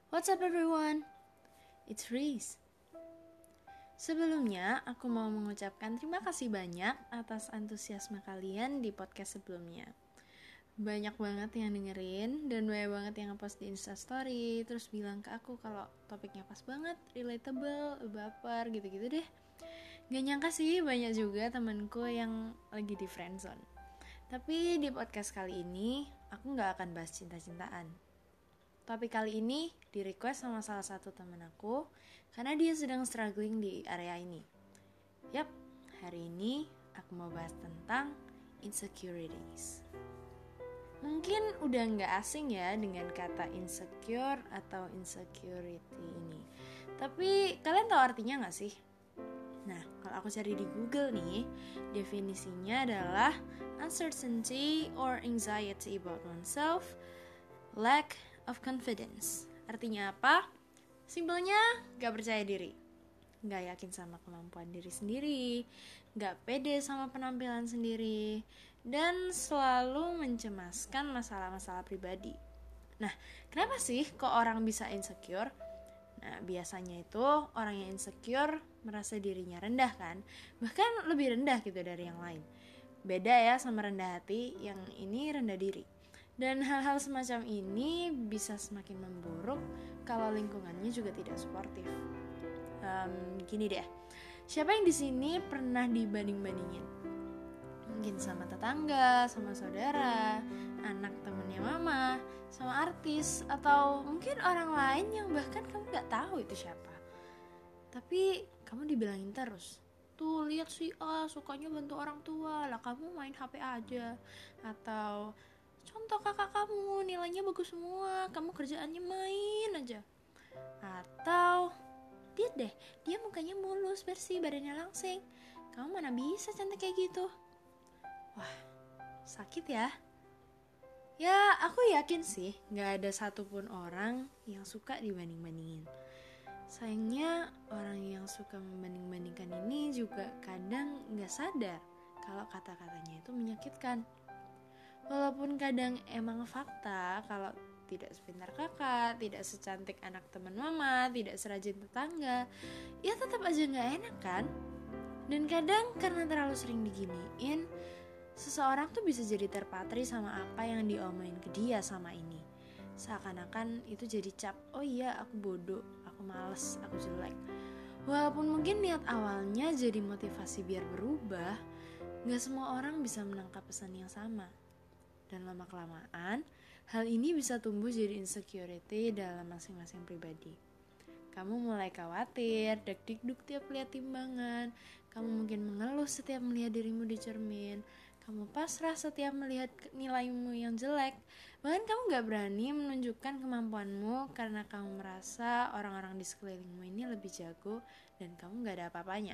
What's up everyone? It's Reese. Sebelumnya, aku mau mengucapkan terima kasih banyak atas antusiasme kalian di podcast sebelumnya. Banyak banget yang dengerin dan banyak banget yang ngepost di Instastory, terus bilang ke aku kalau topiknya pas banget, relatable, baper, gitu-gitu deh. Gak nyangka sih banyak juga temanku yang lagi di friendzone. Tapi di podcast kali ini, aku gak akan bahas cinta-cintaan. Topik kali ini di-request sama salah satu teman aku karena dia sedang struggling di area ini. Yap, hari ini aku mau bahas tentang insecurities. Mungkin udah gak asing ya dengan kata insecure atau insecurity ini. Tapi kalian tahu artinya gak sih? Nah, kalau aku cari di Google nih, definisinya adalah uncertainty or anxiety about oneself, lack of confidence. Artinya apa? Simpelnya gak percaya diri, gak yakin sama kemampuan diri sendiri, gak pede sama penampilan sendiri, dan selalu mencemaskan masalah-masalah pribadi. Nah, kenapa sih kok orang bisa insecure? Nah, biasanya itu orang yang insecure merasa dirinya rendah kan, bahkan lebih rendah gitu dari yang lain. Beda ya sama rendah hati, yang ini rendah diri. Dan hal-hal semacam ini bisa semakin memburuk kalau lingkungannya juga tidak suportif. Gini deh, siapa yang di sini pernah dibanding-bandingin? Mungkin sama tetangga, sama saudara, anak temennya mama, sama artis, atau mungkin orang lain yang bahkan kamu gak tahu itu siapa. Tapi kamu dibilangin terus, tuh lihat si A sukanya bantu orang tua, lah kamu main HP aja. Atau contoh kakak kamu nilainya bagus semua, kamu kerjaannya main aja. Atau lihat deh, dia mukanya mulus, bersih, badannya langsing, kamu mana bisa cantik kayak gitu. Wah, sakit ya. Ya, aku yakin sih gak ada satupun orang yang suka dibanding-bandingin. Sayangnya orang yang suka membanding-bandingkan ini juga kadang gak sadar kalau kata-katanya itu menyakitkan. Walaupun kadang emang fakta kalau tidak sepintar kakak, tidak secantik anak teman mama, tidak serajin tetangga, ya tetap aja gak enak kan? Dan kadang karena terlalu sering diginiin, seseorang tuh bisa jadi terpatri sama apa yang diomongin ke dia sama ini. Seakan-akan itu jadi cap, oh iya aku bodoh, aku males, aku jelek. Walaupun mungkin niat awalnya jadi motivasi biar berubah, gak semua orang bisa menangkap pesan yang sama. Dan lama-kelamaan, hal ini bisa tumbuh jadi insecurity dalam masing-masing pribadi. Kamu mulai khawatir, deg-degduk tiap lihat timbangan, kamu mungkin mengeluh setiap melihat dirimu di cermin, kamu pasrah setiap melihat nilaimu yang jelek, bahkan kamu gak berani menunjukkan kemampuanmu karena kamu merasa orang-orang di sekelilingmu ini lebih jago dan kamu gak ada apa-apanya.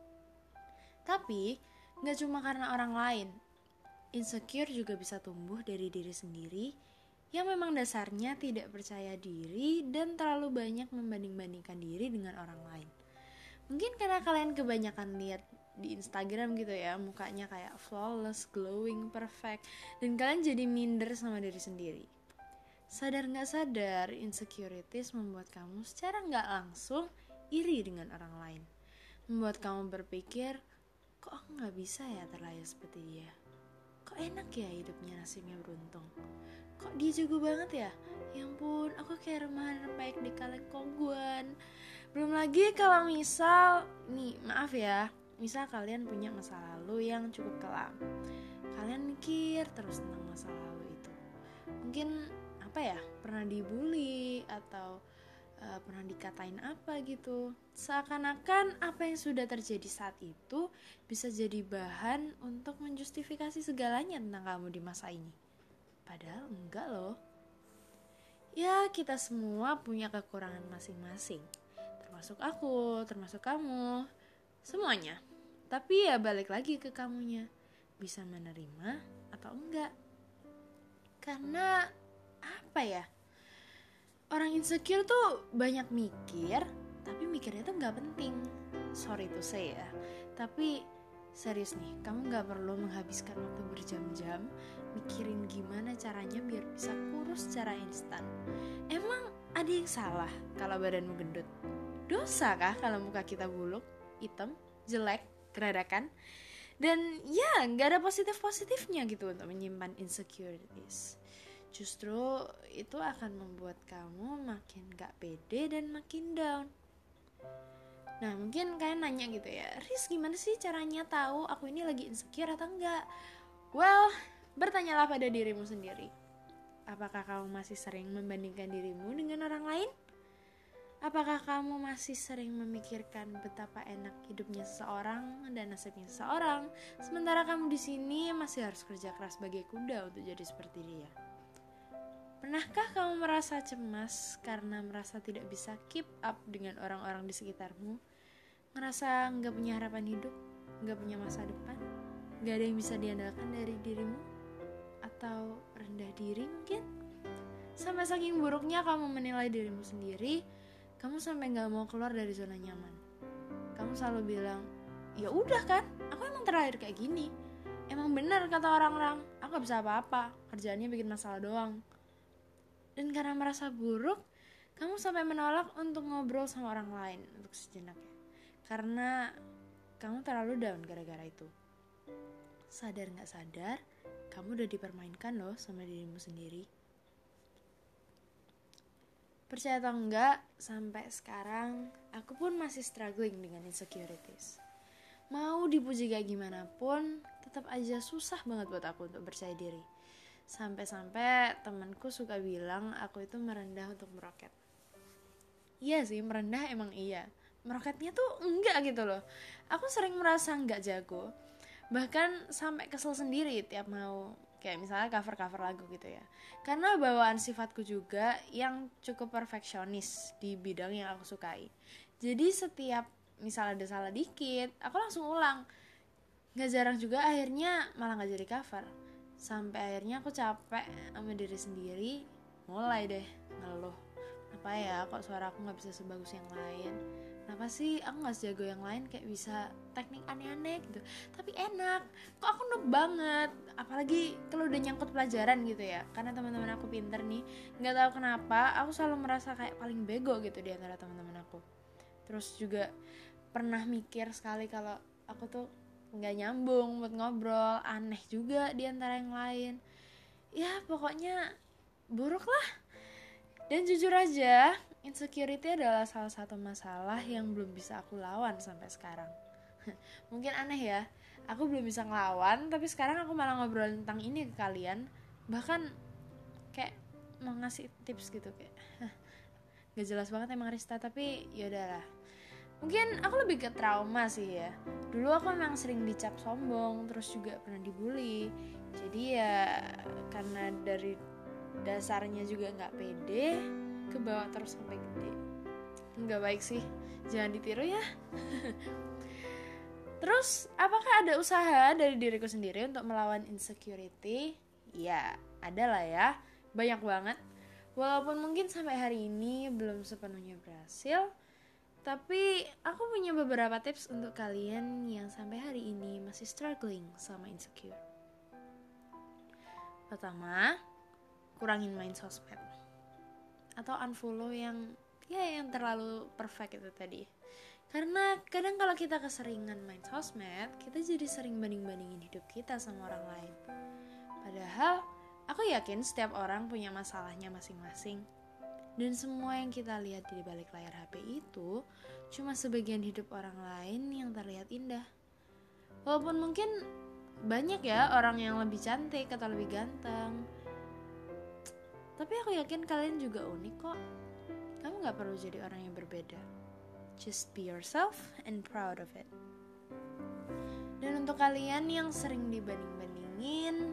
Tapi, gak cuma karena orang lain. Insecure juga bisa tumbuh dari diri sendiri yang memang dasarnya tidak percaya diri dan terlalu banyak membanding-bandingkan diri dengan orang lain. Mungkin karena kalian kebanyakan lihat di Instagram gitu ya, mukanya kayak flawless, glowing, perfect, dan kalian jadi minder sama diri sendiri. Sadar gak sadar, insecurities membuat kamu secara gak langsung iri dengan orang lain. Membuat kamu berpikir, kok aku gak bisa ya terlahir seperti dia? Kok enak ya hidupnya, nasibnya beruntung? Kok dia jago banget ya? Ya ampun, aku kayak remahan baik di kaleng-kongguan. Belum lagi kalau misal, nih maaf ya, misal kalian punya masa lalu yang cukup kelam. Kalian mikir terus tentang masa lalu itu. Mungkin pernah dibully atau pernah dikatain apa gitu. Seakan-akan apa yang sudah terjadi saat itu bisa jadi bahan untuk menjustifikasi segalanya tentang kamu di masa ini. Padahal enggak loh. Ya, kita semua punya kekurangan masing-masing. Termasuk aku, termasuk kamu, semuanya. Tapi ya balik lagi ke kamunya, bisa menerima atau enggak. Karena orang insecure tuh banyak mikir, tapi mikirnya tuh gak penting. Sorry to say ya, tapi serius nih, kamu gak perlu menghabiskan waktu berjam-jam mikirin gimana caranya biar bisa kurus secara instan. Emang Ada yang salah kalau badanmu gendut? Dosa kah kalau muka kita buluk, hitam, jelek, geradakan? Dan ya, gak ada positif-positifnya gitu untuk menyimpan insecurities. Justru itu akan membuat kamu makin gak pede dan makin down. Nah, mungkin kalian nanya gitu ya, Riz, gimana sih caranya tahu aku ini lagi insecure atau enggak? Well, bertanyalah pada dirimu sendiri. Apakah kamu masih sering membandingkan dirimu dengan orang lain? Apakah kamu masih sering memikirkan betapa enak hidupnya seseorang dan nasibnya seseorang, sementara kamu di sini masih harus kerja keras sebagai kuda untuk jadi seperti dia? Pernahkah kamu merasa cemas karena merasa tidak bisa keep up dengan orang-orang di sekitarmu? Ngerasa nggak punya harapan hidup, nggak punya masa depan, nggak ada yang bisa diandalkan dari dirimu? Atau rendah diri mungkin? Sampai saking buruknya kamu menilai dirimu sendiri, kamu sampai nggak mau keluar dari zona nyaman. Kamu selalu bilang, ya udah kan, aku emang terlahir kayak gini. Emang benar kata orang-orang, aku gak bisa apa-apa, kerjaannya bikin masalah doang. Dan karena merasa buruk, kamu sampai menolak untuk ngobrol sama orang lain untuk sejenak ya. Karena kamu terlalu down gara-gara itu. Sadar gak sadar, kamu udah dipermainkan loh sama dirimu sendiri. Percaya atau enggak, sampai sekarang aku pun masih struggling dengan insecurities. Mau dipuji kayak gimana pun, tetap aja susah banget buat aku untuk percaya diri. Sampai-sampai temanku suka bilang aku itu merendah untuk meroket. Iya sih, merendah emang iya. Meroketnya tuh enggak gitu loh. Aku sering merasa enggak jago. Bahkan sampai kesel sendiri tiap mau kayak misalnya cover-cover lagu gitu ya. Karena bawaan sifatku juga yang cukup perfeksionis di bidang yang aku sukai. Jadi setiap misalnya ada salah dikit, aku langsung ulang. Gak jarang juga akhirnya malah gak jadi cover. Sampai akhirnya aku capek sama diri sendiri, mulai deh ngeluh. Apa ya, kok suara aku gak bisa sebagus yang lain? Kenapa sih aku gak sejago yang lain, kayak bisa teknik aneh-aneh gitu, tapi enak, kok aku noob banget. Apalagi kalau udah nyangkut pelajaran gitu ya, karena teman-teman aku pinter nih, gak tahu kenapa aku selalu merasa kayak paling bego gitu di antara teman-teman aku. Terus juga pernah mikir sekali kalau aku tuh gak nyambung buat ngobrol, aneh juga di antara yang lain. Ya pokoknya buruk lah. Dan jujur aja, insecurity adalah salah satu masalah yang belum bisa aku lawan sampai sekarang. Mungkin aneh ya, aku belum bisa ngelawan, tapi sekarang aku malah ngobrol tentang ini ke kalian. Bahkan kayak mau ngasih tips gitu kayak gak jelas banget emang Rista, tapi yaudahlah. Mungkin aku lebih ke trauma sih ya. Dulu aku memang sering dicap sombong, terus juga pernah dibully. Jadi ya karena dari dasarnya juga gak pede, kebawa terus sampai gede. Gak baik sih, jangan ditiru ya. Terus apakah ada usaha dari diriku sendiri untuk melawan insecurity? Ya ada lah ya, banyak banget. Walaupun mungkin sampai hari ini belum sepenuhnya berhasil, tapi aku punya beberapa tips untuk kalian yang sampai hari ini masih struggling sama insecure. Pertama, kurangin main sosmed atau unfollow yang terlalu perfect itu tadi. Karena kadang kalau kita keseringan main sosmed, kita jadi sering banding-bandingin hidup kita sama orang lain. Padahal aku yakin setiap orang punya masalahnya masing-masing. Dan semua yang kita lihat di balik layar HP itu cuma sebagian hidup orang lain yang terlihat indah. Walaupun mungkin banyak ya orang yang lebih cantik atau lebih ganteng, tapi aku yakin kalian juga unik kok. Kamu gak perlu jadi orang yang berbeda. Just be yourself and proud of it. Dan untuk kalian yang sering dibanding-bandingin,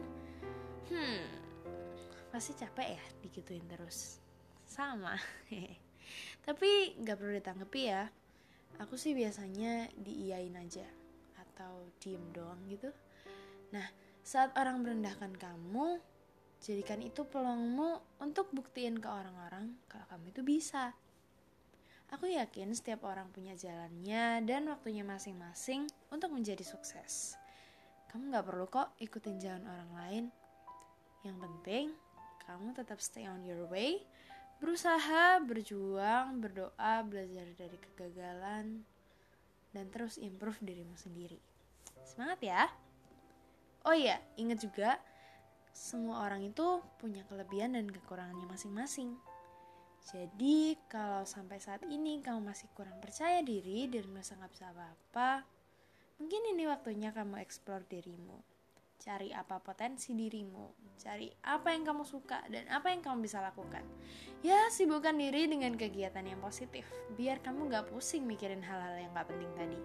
pasti capek ya digituin terus. Sama. Tapi gak perlu ditanggapi ya. Aku sih biasanya diiyain aja atau diem doang gitu. Nah, saat orang merendahkan kamu, jadikan itu peluangmu untuk buktiin ke orang-orang kalau kamu itu bisa. Aku yakin setiap orang punya jalannya dan waktunya masing-masing untuk menjadi sukses. Kamu gak perlu kok ikutin jalan orang lain. Yang penting, kamu tetap stay on your way, Berusaha, berjuang, berdoa, belajar dari kegagalan, dan terus improve dirimu sendiri. Semangat ya. Oh iya, ingat juga, semua orang itu punya kelebihan dan kekurangannya masing-masing. Jadi, kalau sampai saat ini kamu masih kurang percaya diri dan merasa gak bisa apa-apa, mungkin ini waktunya kamu explore dirimu. Cari apa potensi dirimu, cari apa yang kamu suka dan apa yang kamu bisa lakukan. Ya, sibukkan diri dengan kegiatan yang positif, biar kamu gak pusing mikirin hal-hal yang gak penting tadi.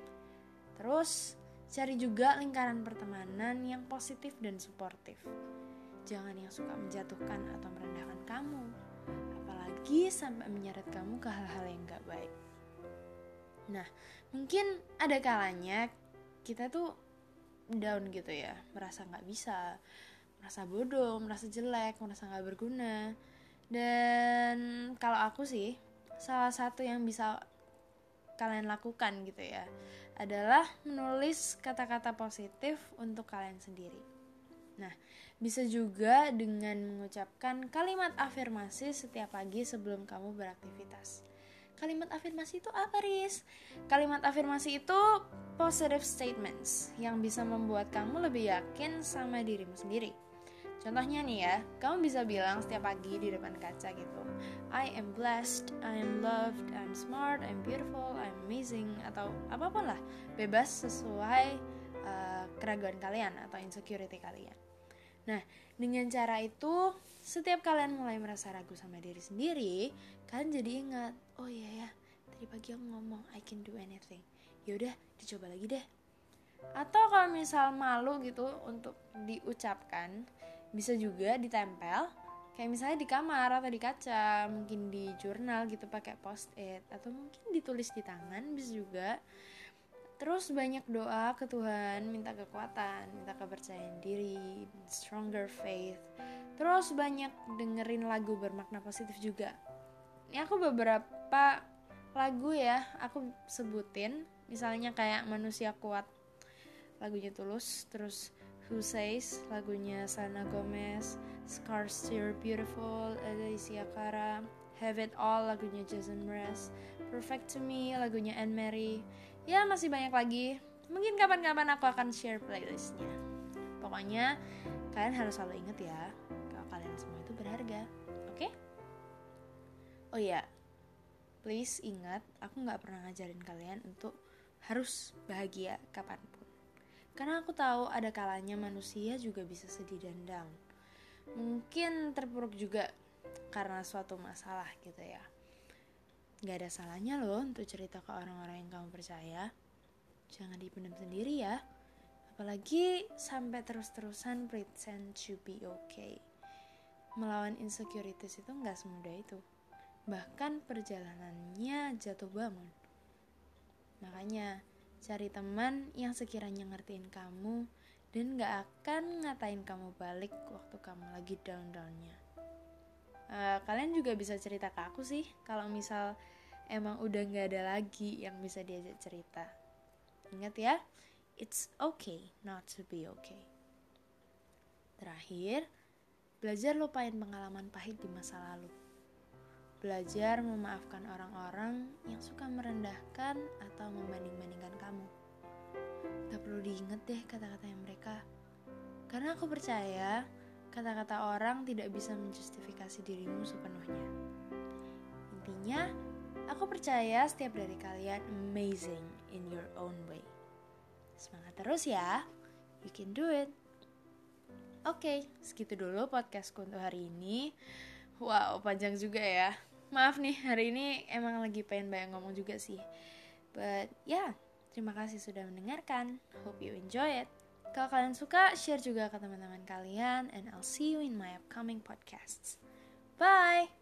Terus, cari juga lingkaran pertemanan yang positif dan suportif. Jangan yang suka menjatuhkan atau merendahkan kamu, apalagi sampai menyeret kamu ke hal-hal yang gak baik. Nah, mungkin ada kalanya kita tuh down gitu ya, merasa gak bisa, merasa bodoh, merasa jelek, merasa gak berguna. Dan kalau aku sih, salah satu yang bisa kalian lakukan gitu ya, adalah menulis kata-kata positif untuk kalian sendiri. Nah, bisa juga dengan mengucapkan kalimat afirmasi setiap pagi sebelum kamu beraktivitas. Kalimat afirmasi itu apa, Riz? Kalimat afirmasi itu positive statements yang bisa membuat kamu lebih yakin sama dirimu sendiri. Contohnya nih ya, kamu bisa bilang setiap pagi di depan kaca gitu, I am blessed, I am loved, I'm smart, I'm beautiful, I'm amazing, atau apapun lah, bebas sesuai keraguan kalian atau insecurity kalian. Nah, dengan cara itu, setiap kalian mulai merasa ragu sama diri sendiri, kalian jadi ingat, oh iya ya, tadi pagi aku ngomong I can do anything. Yaudah, dicoba lagi deh. Atau kalau misal malu gitu untuk diucapkan, bisa juga ditempel, kayak misalnya di kamar atau di kaca, mungkin di jurnal gitu pakai post-it, atau mungkin ditulis di tangan, bisa juga. Terus banyak doa ke Tuhan, minta kekuatan, minta kepercayaan diri, stronger faith. Terus banyak dengerin lagu bermakna positif juga. Ini aku beberapa lagu ya, aku sebutin. Misalnya kayak Manusia Kuat, lagunya Tulus. Terus Who Says, lagunya Selena Gomez. Scars You're Beautiful, Alicia Cara. Have It All, lagunya Jason Mraz. Perfect to Me, lagunya Anne Marie. Ya, masih banyak lagi. Mungkin kapan-kapan aku akan share playlistnya. Pokoknya kalian harus selalu ingat ya, kalau kalian semua itu berharga. Oke? Oh iya, please ingat, aku gak pernah ngajarin kalian untuk harus bahagia kapanpun. Karena aku tahu ada kalanya manusia juga bisa sedih dan down. Mungkin terpuruk juga karena suatu masalah gitu ya. Gak ada salahnya loh untuk cerita ke orang-orang yang kamu percaya. Jangan dipendam sendiri ya. Apalagi sampai terus-terusan pretend to be okay. Melawan insecurities itu gak semudah itu. Bahkan perjalanannya jatuh bangun. Makanya cari teman yang sekiranya ngertiin kamu dan gak akan ngatain kamu balik waktu kamu lagi down-downnya. Kalian juga bisa cerita ke aku sih kalau misal emang udah gak ada lagi yang bisa diajak cerita. Ingat ya, it's okay not to be okay. Terakhir, belajar lupain pengalaman pahit di masa lalu. Belajar memaafkan orang-orang yang suka merendahkan atau membanding-bandingkan kamu. Gak perlu diingat deh kata-katanya mereka. Karena aku percaya kata-kata orang tidak bisa menjustifikasi dirimu sepenuhnya. Intinya, aku percaya setiap dari kalian amazing in your own way. Semangat terus ya, you can do it. Oke, segitu dulu podcastku untuk hari ini. Wow, panjang juga ya. Maaf nih, hari ini emang lagi pengen banyak ngomong juga sih. But yeah, terima kasih sudah mendengarkan. Hope you enjoy it. Kalau kalian suka, share juga ke teman-teman kalian. And I'll see you in my upcoming podcasts. Bye!